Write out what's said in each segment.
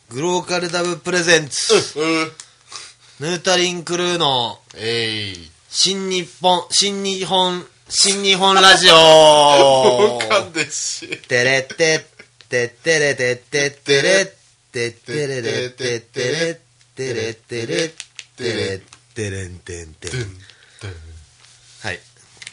グローカルダブプレゼンツ、ヌータリンクルーの新日本ラジオテレテテテレテテテレテテレレテテレテレテレテレテレンテンテン。はい、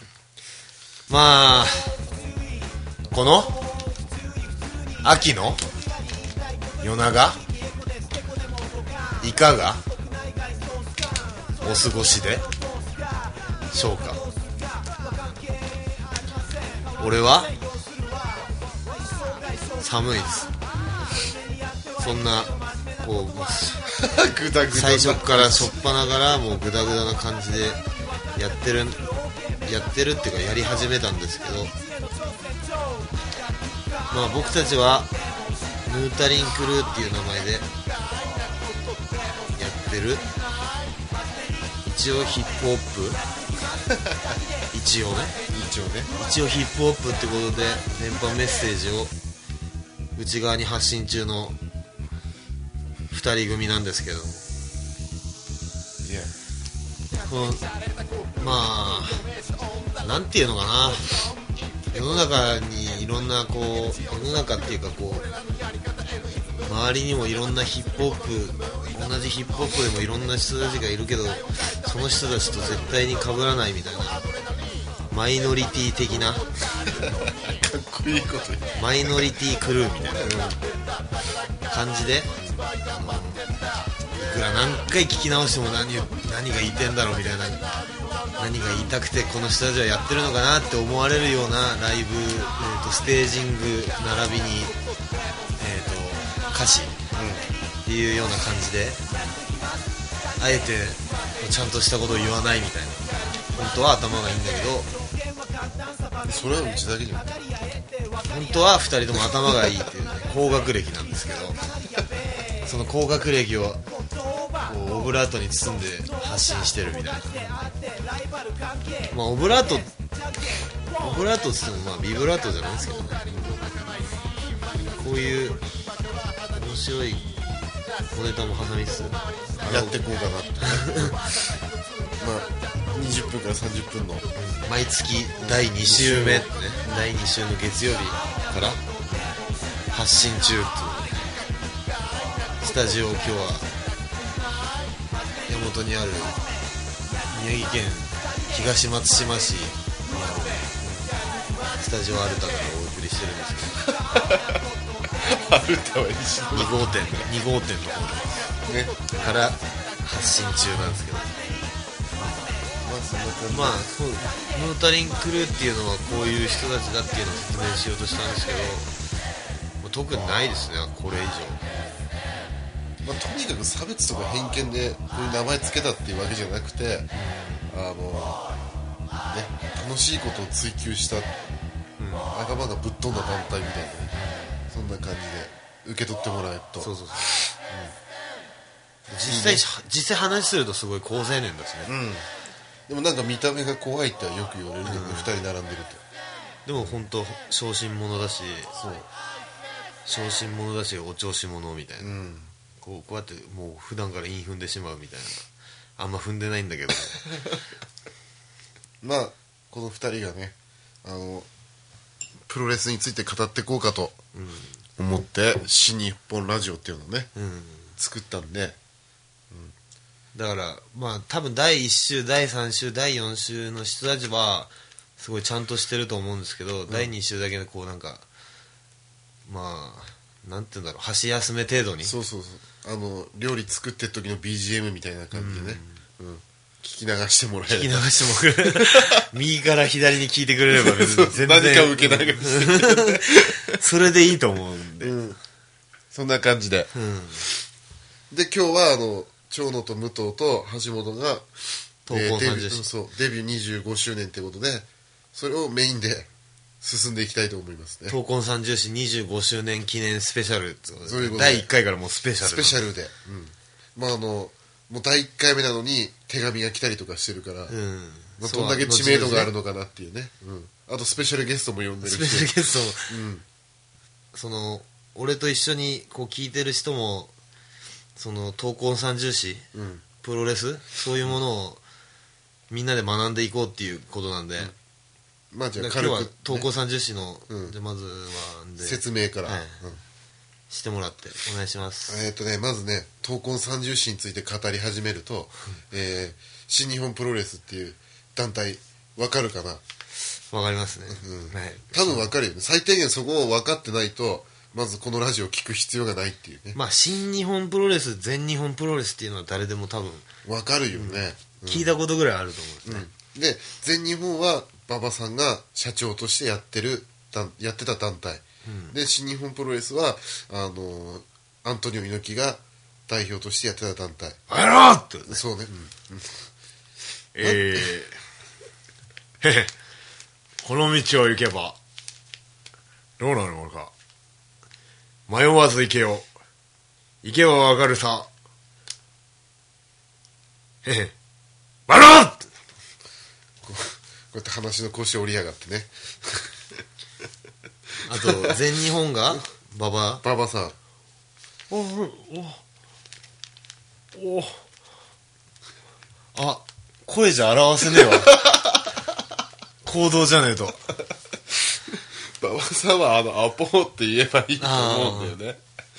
まあこの秋の夜長いかがお過ごしでしょうか。俺は寒いです。そんなこうグダグダ最初からしょっぱながらもうグダグダな感じでやってるっていうかやり始めたんですけど、まあ僕たちはヌータリンクルーっていう名前でやってる、一応ヒップホップ一応ヒップホップってことで電波メッセージを内側に発信中の2人組なんですけど、まあなんていうのかな、世の中にいろんなこう世の中っていうかこう周りにもいろんなヒップホップ、同じヒップホップでもいろんな人たちがいるけど、その人たちと絶対に被らないみたいなマイノリティ的なかっこいいこと言う、 マイノリティクルーみたいな感じで、いくら何回聞き直しても何が言いてんだろうみたいな、何が言いたくてこの人たちはやってるのかなって思われるようなライブ、ステージング並びに、歌詞っていうような感じであえてちゃんとしたことを言わないみたいな、本当は頭がいいんだけど、 それはうちだけじゃん。 本当は2人とも頭がいいっていう、ね、高学歴なんですけど、その高学歴をこうオブラートに包んで発信してるみたいな、まあオブラートっつってもまあビブラートじゃないですけどね、こういう面白い小ネタも挟みつつやっていこうかなってまあ20分から30分の毎月第2週目ってね、第2週の月曜日から発信中っていう、スタジオを今日は山本にある宮城県東松島市にスタジオアルタからお送りしてるんですけどアルタはいいし 2号店の方ねから発信中なんですけど、まあそうヌータリンクルーっていうのはこういう人たちだっていうのを説明しようとしたんですけど、もう特にないですねこれ以上、 とにかく差別とか偏見でこういう名前つけたっていうわけじゃなくて、楽しいことを追求した、仲間がぶっ飛んだ団体みたいな、そんな感じで受け取ってもらえると。 そう、実際話するとすごい好青年だしね、 でもなんか見た目が怖いってよく言われるけどね、2人並んでると。でも本当小心者だし、小心者だしお調子者みたいな、こうやってもう普段から韻踏んでしまうみたいな、あんま踏んでないんだけどまあこの2人がねプロレスについて語っていこうかと思って、新日本ラジオっていうのをね、作ったんで、 だからまあ多分第1週第3週第4週の人たちはすごいちゃんとしてると思うんですけど、第2週だけでこうなんかまあなんていうんだろう、箸休め程度に、 そう料理作ってる時の BGM みたいな感じでね、聞き流してもらえる、 右から左に聞いてくれれば別に全然何か受け流してそれでいいと思うんで、 そんな感じで、で今日は長野と武藤と橋本が闘魂30周、 デビュー25周年ってことで、それをメインで進んでいきたいと思いますね。 闘魂三重士25周年記念スペシャル、 そういうことで第1回からもうスペシャルで、まあもう第1回目なのに手紙が来たりとかしてるから、どんだけ知名度があるのかなっていうね、あとスペシャルゲストも呼んでるし、 スペシャルゲスト、その俺と一緒にこう聞いてる人もその闘魂三重視、 うん、 プロレスそういうものをみんなで学んでいこうっていうことなんで、 まあじゃあ今日は闘魂三重視の、 じゃまずは説明から、 してもらってお願いします。 まずね闘魂三重視について語り始めると、新日本プロレスっていう団体わかるかな。 わかりますね、 多分わかるよね。最低限そこを分かってないとまずこのラジオを聞く必要がないっていうね。 まあ新日本プロレス全日本プロレスっていうのは誰でも多分わかるよね、 聞いたことぐらいあると思うんですね、で全日本は馬場さんが社長としてやってた団体、で新日本プロレスはアントニオ猪木が代表としてやってた団体。 やろうって、ね、 そうね、 この道を行けばどうなるのか迷わず行けよ。行けばわかるさ。バロッこうやって話の腰折りやがってね。 あと全日本が馬場さん。 あ、声じゃ表せねえわ。行動じゃねえと。 馬場さんはアポって言えばいいと思うんだよね。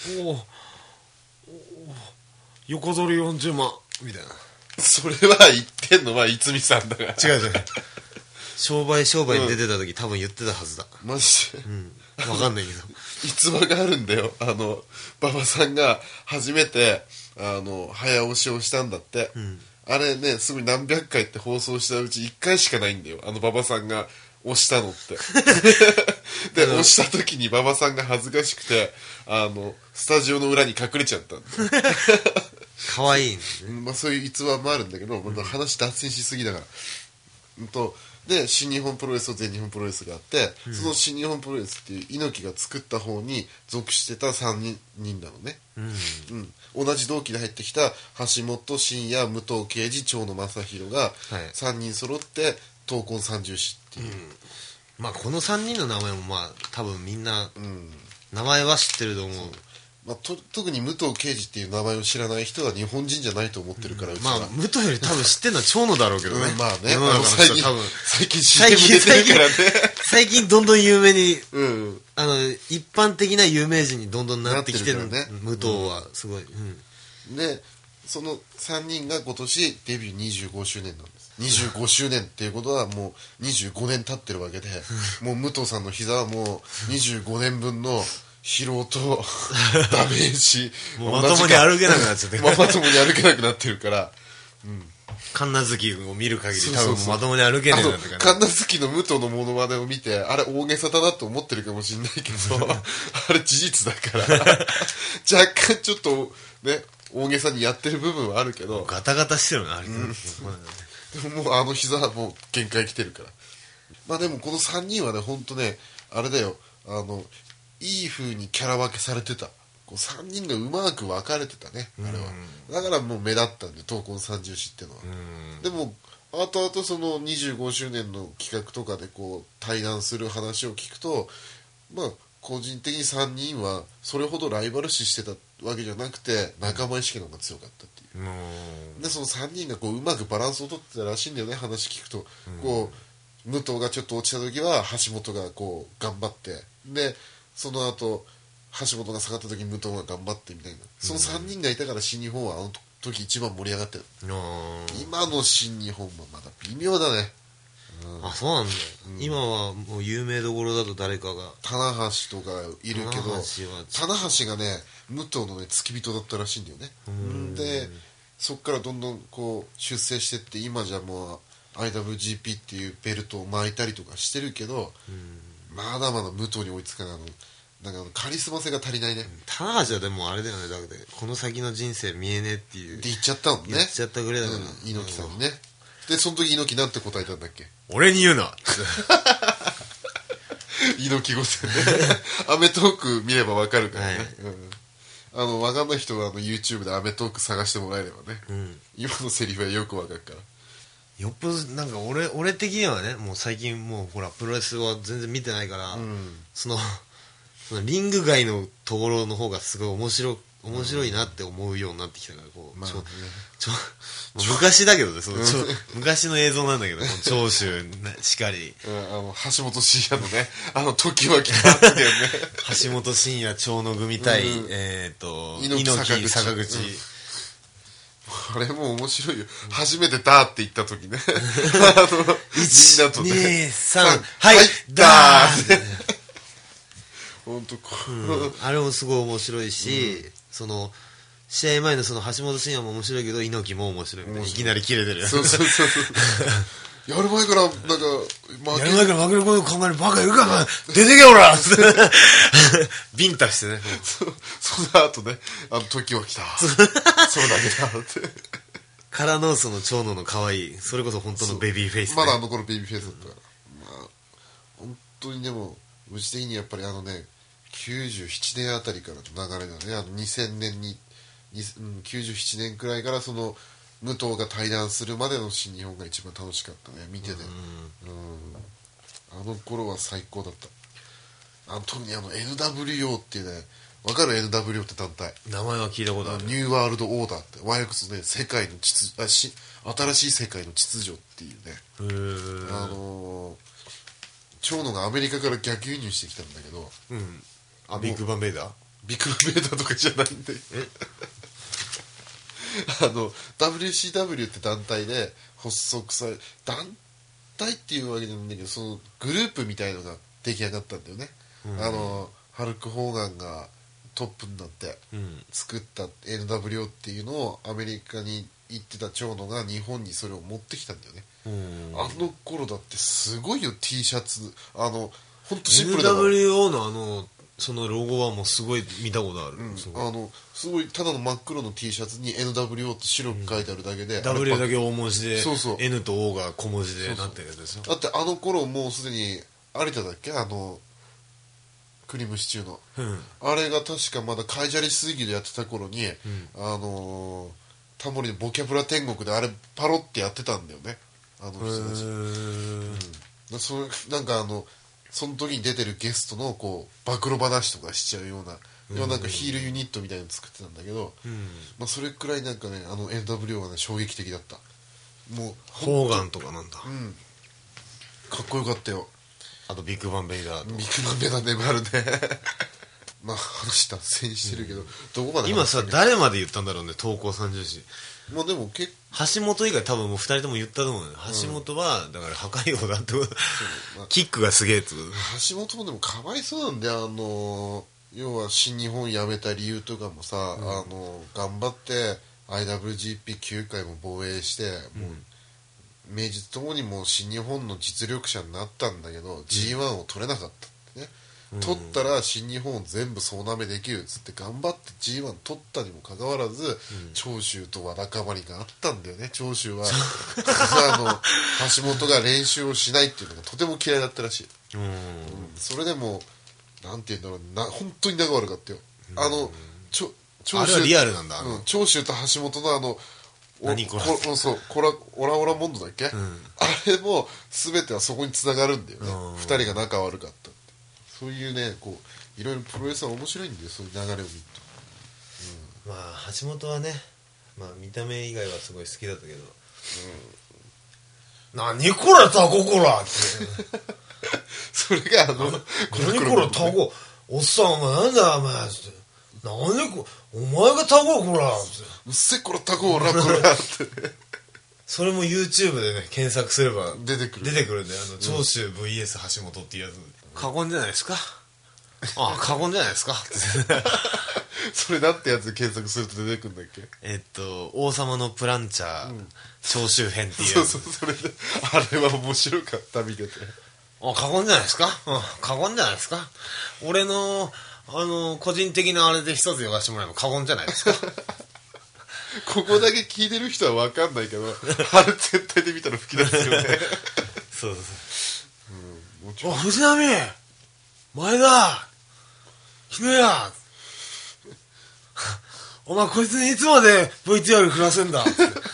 横取り40万みたいな。 それは言ってんのは逸見さんだから。 違う商売に出てた時、多分言ってたはずだ。 マジで、 分かんないけど逸話があるんだよ。馬場さんが初めて早押しをしたんだって、あれねすぐ何百回って放送したうち1回しかないんだよ、馬場さんが押したのってで押した時に馬場さんが恥ずかしくてスタジオの裏に隠れちゃったんだよ。 かわいい、ね、 まあ、そういう逸話もあるんだけど、話脱線しすぎだから、で新日本プロレスと全日本プロレスがあって、その新日本プロレスっていう猪木が作った方に属してた3人なのね、同じ同期で入ってきた橋本真也、武藤敬司、長野正弘が3人揃って闘魂三重士っていう、 まあこの3人の名前もまあ多分みんな名前は知ってると思う。 まあ、特に武藤敬司っていう名前を知らない人は日本人じゃないと思ってるから、 まあ武藤より多分知ってるのは長野だろうけどね、 まあね、最近 CM 出てるからね。最近どんどん有名に、一般的な有名人にどんどんなってきてるね、武藤はすごい、 でその3人が今年デビュー25周年なんです。25周年っていうことはもう25年経ってるわけでもう武藤さんの膝はもう25年分の疲労とダメージもうまともに歩けなくなっちゃってまともに歩けなくなってるから、 神奈月を見る限り多分まともに歩けないなって感じ。 神奈月の武藤のモノマネを見てあれ大げさだなと思ってるかもしれないけどあれ事実だから若干ちょっとね大げさにやってる部分はあるけど、 ガタガタしてるなあれ、 でももう膝はもう限界来てるから。まあでもこの3人はねほんとねあれだよ、いい風にキャラ分けされてた。こう3人がうまく分かれてたね、あれは。だからもう目立ったんで闘魂三重士ってのは。でも後々その25周年の企画とかでこう対談する話を聞くと、まあ個人的に3人はそれほどライバル視してたわけじゃなくて仲間意識の方が強かったっていう、でその3人がこううまくバランスを取ってたらしいんだよね、話聞くと。こう武藤がちょっと落ちた時は橋本がこう頑張って、でその後橋本が下がった時に武藤が頑張ってみたいな、その3人がいたから新日本はあの時一番盛り上がってる。今の新日本はまだ微妙だね。 あ、そうなんだ、今はもう有名どころだと誰かが棚橋とかいるけど、棚橋がね武藤のね付き人だったらしいんだよね。でそっからどんどんこう出世してって今じゃもう IWGP っていうベルトを巻いたりとかしてるけど、まだまだ武藤に追いつかない。なんかカリスマ性が足りないね。 棚橋はでもあれだよね、だってこの先の人生見えねえっていうで言っちゃったもんね。 言っちゃったぐらいだから、 猪木さんにね。でその時猪木なんて答えたんだっけ。 俺に言うな猪木語戦ねアメトーク見ればわかるからね、わかんない人はYouTube でアメトーク探してもらえればね、今のセリフはよくわかるから。 よっぽどなんか俺的にはね、もう最近もうほらプロレスは全然見てないから、そのリング外のところの方がすごい面白面白いなって思うようになってきたから、こう、 まあね、 昔だけどね、昔の映像なんだけど、長州しかり、 橋本真也のね、時は来たんだよね。 橋本真也長野組対、猪木坂口。 あれも面白いよ。初めてだって言った時ね。みんなとね。 1、2、3、はい、だーって。 本当あれもすごい面白いし、その試合前のその橋本真也も面白いけど猪木も面白いみたいな、いきなり切れてる。 そうやる前からなんかやる前から負けることを考えるバカいるかな、出てけおらビンタしてね。 その後ね、時は来た、それだけだってからのその長野の可愛い、それこそ本当のベビーフェイス、ね、 まだ頃ベビーフェイスだったから、まあ本当にでもうち的にやっぱり97年あたりからの流れだね。2000年に97年くらいからその武藤が退団するまでの新日本が一番楽しかったね、見てて。あの頃は最高だった。特にNWO っていうね、わかる？ NWO って団体、 名前は聞いたことある。 ニューワールドオーダーって、和訳するね、世界の新しい世界の秩序っていうね、長野がアメリカから逆輸入してきたんだけど、 ビッグバンベイダー、 ビッグバンベイダーとかじゃないんでWCW って団体で発足され、団体っていうわけじゃないんだけど、そのグループみたいのが出来上がったんだよね。ハルク・ホーガンがトップになって作った NWO っていうのをアメリカに行ってた長野が日本にそれを持ってきたんだよね。あの頃だってすごいよ、 T シャツ、ほんとシンプルだから。 NWO のそのロゴはもうすごい見たことある。 すごいただの真っ黒の T シャツに NWO って白く書いてあるだけで、 W だけ大文字で、 そうそう、 N と O が小文字でなってるやつですよ。 だって頃もうすでに有田だっけ、クリームシチューの、あれが確かまだカイジャリ水着でやってた頃に、タモリのボキャブラ天国であれパロってやってたんだよね、人たち。なんかその時に出てるゲストのこう暴露話とかしちゃうような、なんかヒールユニットみたいなの作ってたんだけど、それくらいなんかね、NWO がね衝撃的だった。もうホーガンとかなんだ、 かっこよかったよ。 あとビッグバンベイダーと、 ビッグバンベイダーね、あるねまあ話脱線してるけど、どこまで今さ誰まで言ったんだろうね、投稿30字。 まあでも橋本以外多分もう2人とも言ったと思うね。橋本はだから破壊王だってこと、キックがすげえってこと。 橋本もでもかわいそうなんだよ。要は新日本辞めた理由とかもさ、頑張って IWGP9 回も防衛して、もう名実ともにもう新日本の実力者になったんだけど、G1 を取れなかったってね。取ったら新日本を全部総なめできるっつって頑張って G1 取ったにもかかわらず、長州とわだかまりがあったんだよね。長州は橋本が練習をしないっていうのがとても嫌いだったらしい。それでもなんて言うんだろう、本当に仲悪かったよ。長州、 あれはリアルなんだ。 長州と橋本の何これ、 そうオラオラモンドだっけ、あれも全てはそこに繋がるんだよね。2人が仲悪かった。そういうね、こういろいろプロレスは面白いんだよ、そういう流れを見ると。まあ橋本はね、見た目以外はすごい好きだったけど、何これタココラってそれが何これタコ、おっさんお前なんだお前って、何こお前がタココラって、 うっせこらタコラこらってそれも YouTube でね検索すれば出てくるんで、長州 VS 橋本っていうやつ、過言じゃないですか。過言じゃないですかそれなんてやつで検索すると出てくるんだっけ。 王様のプランチャー、長州編っていうやつ。 そうそれであれは面白かった、見てて。 過言じゃないですか。過言じゃないですか。俺の個人的なあれで一つ言わせてもらえば過言じゃないですかここだけ聞いてる人は分かんないけどあれ絶対で見たら吹き出すよねそうそう、藤波前田姫谷お前こいつにいつまで VTR 振らせんだ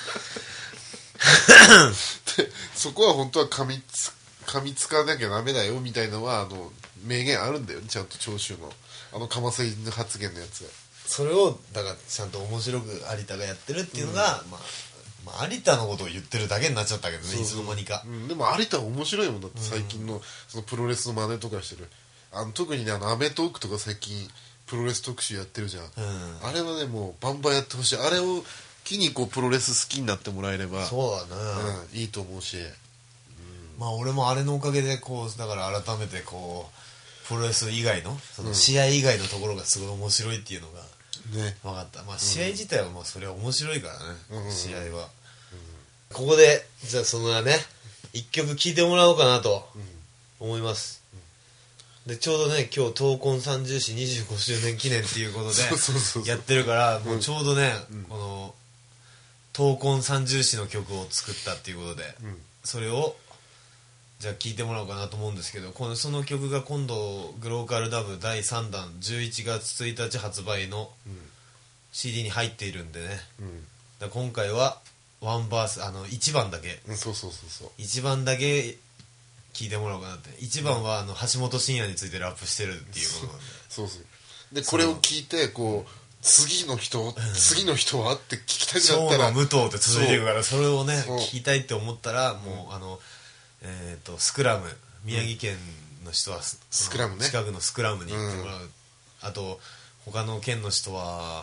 そこは本当は噛みつかなきゃダメだよみたいなのは名言あるんだよね、ちゃんと長州のかませ犬発言のやつそれをだからちゃんと面白く有田がやってるっていうのが、まあ有田のことを言ってるだけになっちゃったけどね、いつの間にか、 でも有田は面白いもんだって、最近のそのプロレスの真似とかしてる、特にねアメトーークとか最近プロレス特集やってるじゃん、あれはねもうバンバンやってほしい。あれを機にこうプロレス好きになってもらえればそうだね、 いいと思うし、 まあ俺もあれのおかげでこうだから改めてこうプロレス以外のその試合以外のところがすごい面白いっていうのが分かった。まあ試合自体はまあそれは面白いからね、試合は、ここでじゃあそのね一曲聴いてもらおうかなと思います、でちょうどね今日闘魂三重士25周年記念っていうことでやってるからもうちょうどね、この闘魂三重士の曲を作ったっていうことで、それをじゃあ聴いてもらおうかなと思うんですけど、その曲が今度グローカルダブ第3弾11月1日発売の CD に入っているんでね、だ今回はワンバース1番だけ、1番だけ聴いてもらおうかなって。1番は橋本真也についてラップしてるっていうものなんででこれを聞いてこう次の人はって聞きたくなったら長野武藤って続いていくから、それをね聞きたいって思ったらもうスクラム、宮城県の人はスクラムね、 近くのスクラムに行ってもらう、あと他の県の人は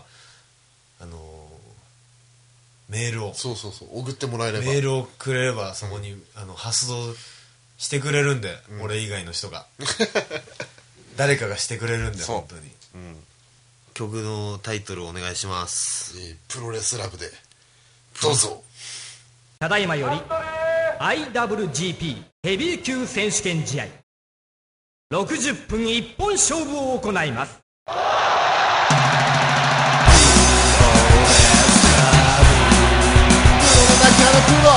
メールを送ってもらえれば、 メールをくれればそこに発動してくれるんで、俺以外の人が誰かがしてくれるんで本当に、曲のタイトルお願いします。 プロレスラブでどうぞ。 ただいまより IWGP ヘビー級選手権試合60分一本勝負を行います。 プロロック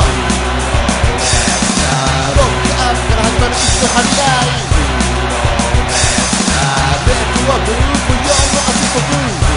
アップから始まる一度張り合いレッドはグループ4のアシストブー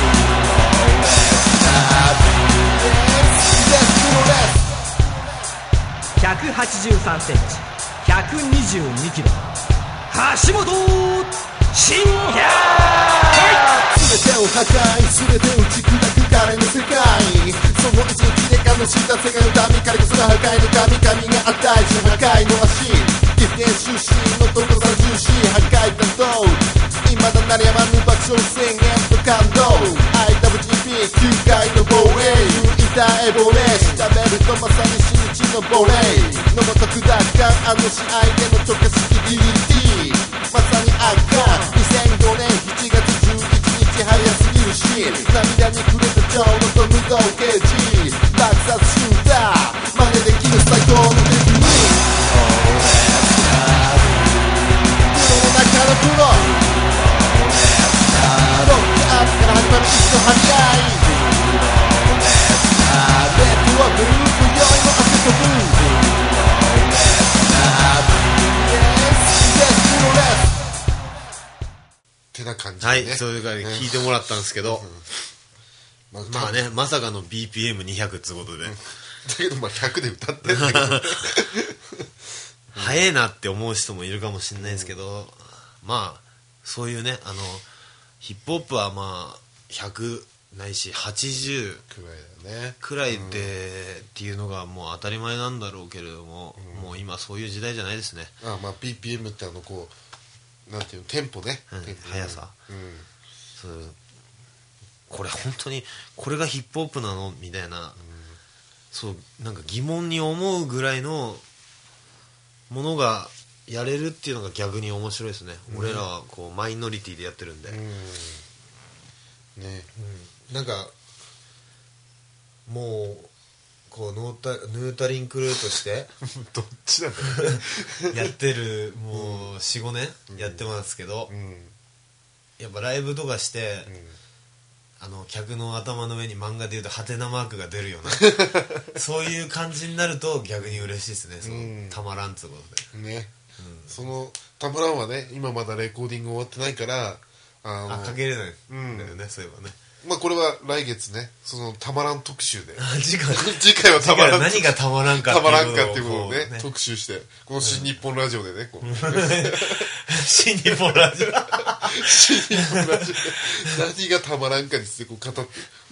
183センチ122キロ橋本真也、 全てを破壊全てを打ち砕く彼の世界、その一日で感動した世界の民からこそが破壊の神々が与えし破壊の足、岐阜県出身の東京三重士破壊担当、未だ鳴りやまぬ爆笑宣言と感動 IWGP9 回の防衛優位だエボレ調べるとまさに真打ちのボレーのごとく奪還試合での直下式 DDT まさに圧巻2005年7月11日早すぎるし涙に触れた情のと無道ゲージ爆殺シューター真似できる最高のテクニックプロの中のプロロックアップから始まる一度張り合いレッドはグループ4のアセットブーってな感じでね、 はい、そういう感じで聞いてもらったんですけど、まあね、まさかの BPM200 ってことで、 だけどまあ100で歌ってるんだけど早いなって思う人もいるかもしれないですけど、まあそういうねヒップホップはまあ100ないし80くらいでっていうのがもう当たり前なんだろうけれども、もう今そういう時代じゃないですね。 まあ BPM ってこうなんていうのテンポね、 速さ、そうこれ本当にこれがヒップホップなのみたいな、そうなんか疑問に思うぐらいのものがやれるっていうのが逆に面白いですね、俺らはこうマイノリティでやってるんで、なんかもうこうヌータリンクルーとしてどっちなんだやってるもう 4,5 年やってますけど、やっぱライブとかして、客の頭の上に漫画でいうとハテナマークが出るようなそういう感じになると逆に嬉しいですね、そのたまらんってことでね、そのたまらんはね今まだレコーディング終わってないからかけれないんだよね、そういえばね。 まあこれは来月ねそのたまらん特集で次回はたまらん何がたまらんかっていうことをね特集してこの新日本ラジオでね新日本ラジオ新日本ラジオ何がたまらんかについてこう語って、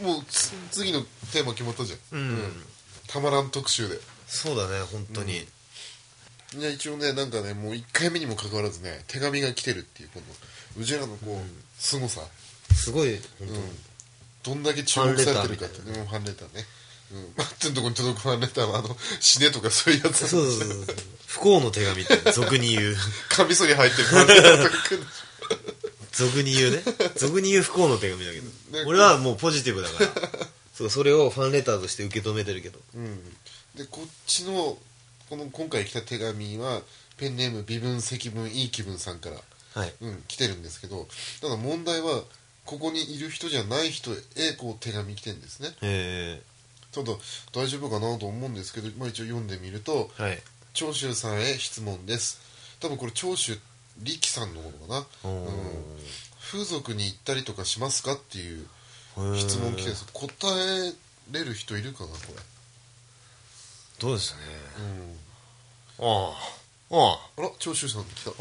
もう次のテーマ決まったじゃん、たまらん特集で。 そうだね本当に、 いや一応ねなんかねもう1回目にもかかわらずね手紙が来てるっていうこのうちらのこう、凄さ、 すごい本当に、 どんだけ注目されてるかって、ファンレターね、マッツンとこに届くファンレターは死ねとかそういうやつそう不幸の手紙って俗に言うカミソリ入ってるファンレターとか来る俗に言うね俗に言う不幸の手紙だけど、俺はもうポジティブだからそれをファンレターとして受け止めてるけど、 でこっちのこの今回来た手紙はペンネーム微分積分いい気分さんから、来てるんですけど、ただ問題はここにいる人じゃない人へこう手紙来てるんですね。ただ大丈夫かなと思うんですけど、一応読んでみると、長州さんへ質問です。多分これ長州力さんのものかな、風俗に行ったりとかしますかっていう質問来てるんです。答えれる人いるかなこれ。 どうですね、 あら長州さん来た。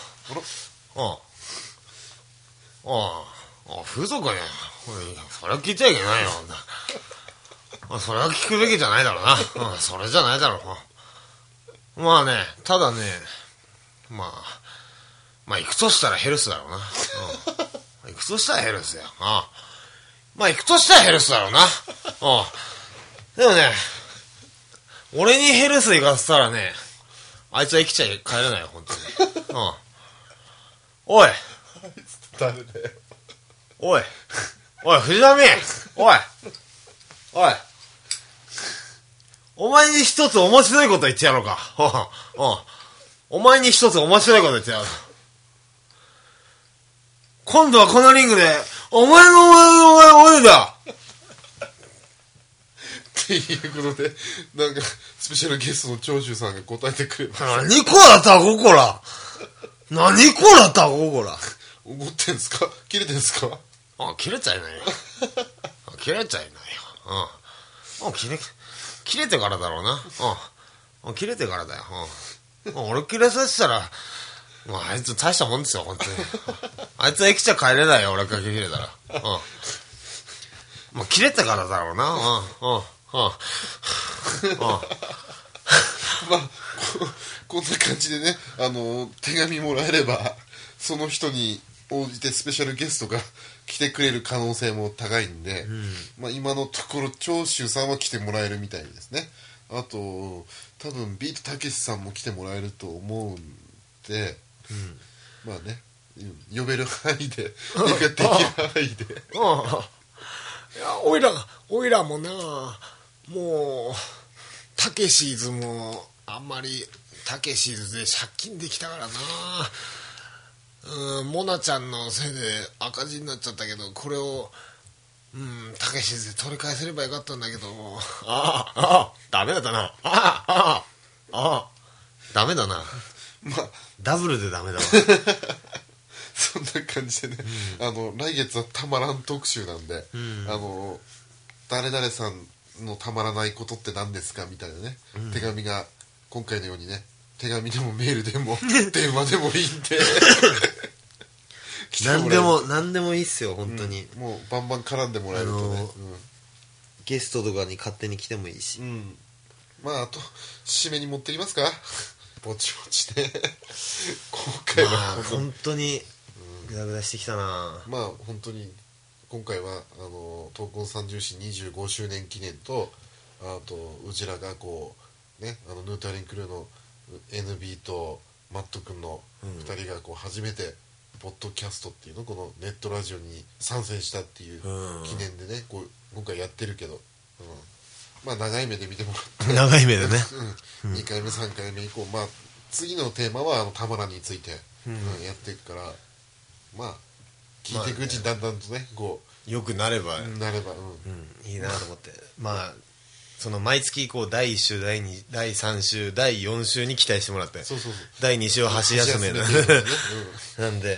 風俗はねそれは聞いちゃいけないよそれは聞くべきじゃないだろうな、それじゃないだろう。まあねただねまあ行くとしたらヘルスだろうな、行くとしたらヘルスだよ。まあ行くとしたらヘルスだろうな。でもね俺にヘルス行かせたらねあいつは生きちゃ帰れないよ本当に。おい誰だよ。 おい藤波お前に一つ面白いこと言ってやろうか。お前に一つ面白いこと言ってやろう。今度はこのリングでお前だっていうことでなんかスペシャルゲストの長州さんが答えてくれました。 何こらタココラ怒ってんすか、切れてんすか。 切れちゃいないよ切れてからだろうな。切れてからだよ。俺切れさせたらあいつ大したもんですよ本当に。あいつは生きちゃ帰れないよ俺が切れたら。もう切れてからだろうな。 こんな感じでね手紙もらえればその人に応じてスペシャルゲストが来てくれる可能性も高いんで、今のところ長州さんは来てもらえるみたいですね。あと多分ビートたけしさんも来てもらえると思うんで、まあね呼べる範囲でできる範囲でいやおいらもなもうたけしーずもあんまりたけしーずで借金できたからな。モナちゃんのせいで赤字になっちゃったけどこれをたけしーずで取り返せればよかったんだけどダメだったな。ダメだな。ダブルでダメだわ。 そんな感じでね、来月はたまらん特集なんで、誰々さんのたまらないことって何ですかみたいなね、手紙が今回のようにね手紙でもメールでも電話でもいいんで何でもいいっすよ本当に、 もうバンバン絡んでもらえるとね、 ゲストとかに勝手に来てもいいし、 あと締めに持ってきますか。ぼちぼちで今回は本当にグダグダしてきたな。 本当に今回は闘魂三重士25周年記念とあとうちらがこうねヌータリンクルーの NB とマット君の2人がこう初めてポッドキャストっていうのこのネットラジオに参戦したっていう記念でねこう今回やってるけど、長い目で見てもらって長い目でね、 2回目3回目以降次のテーマはたまらについて、やっていくから聞いていくうちにだんだんとねこうよくなれば、いいなと思って、その毎月以降第1週第2第3週第4週に期待してもらって、第2週は箸休めなんで、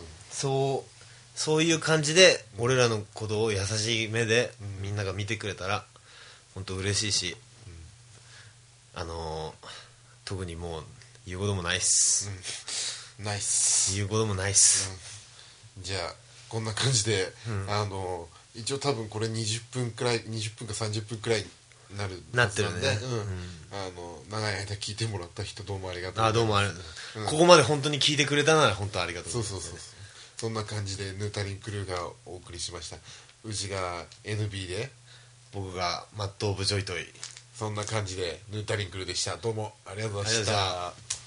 そういう感じで俺らのことを優しい目でみんなが見てくれたら本当嬉しいし、特にもう言うこともないっす。 ナイス。 言うこともないっす、 じゃあこんな感じで、一応多分これ20分か30分くらいになってるんで、長い間聞いてもらった人どうもありがとうございます。 どうもありがとう、ここまで本当に聞いてくれたなら本当ありがとうございます。 そうそんな感じでヌータリンクルーがお送りしました。うちが NB で、 僕がマット・オブ・ジョイトイ。 そんな感じでヌータリンクルーでした。どうもありがとうございましありがとうございまた。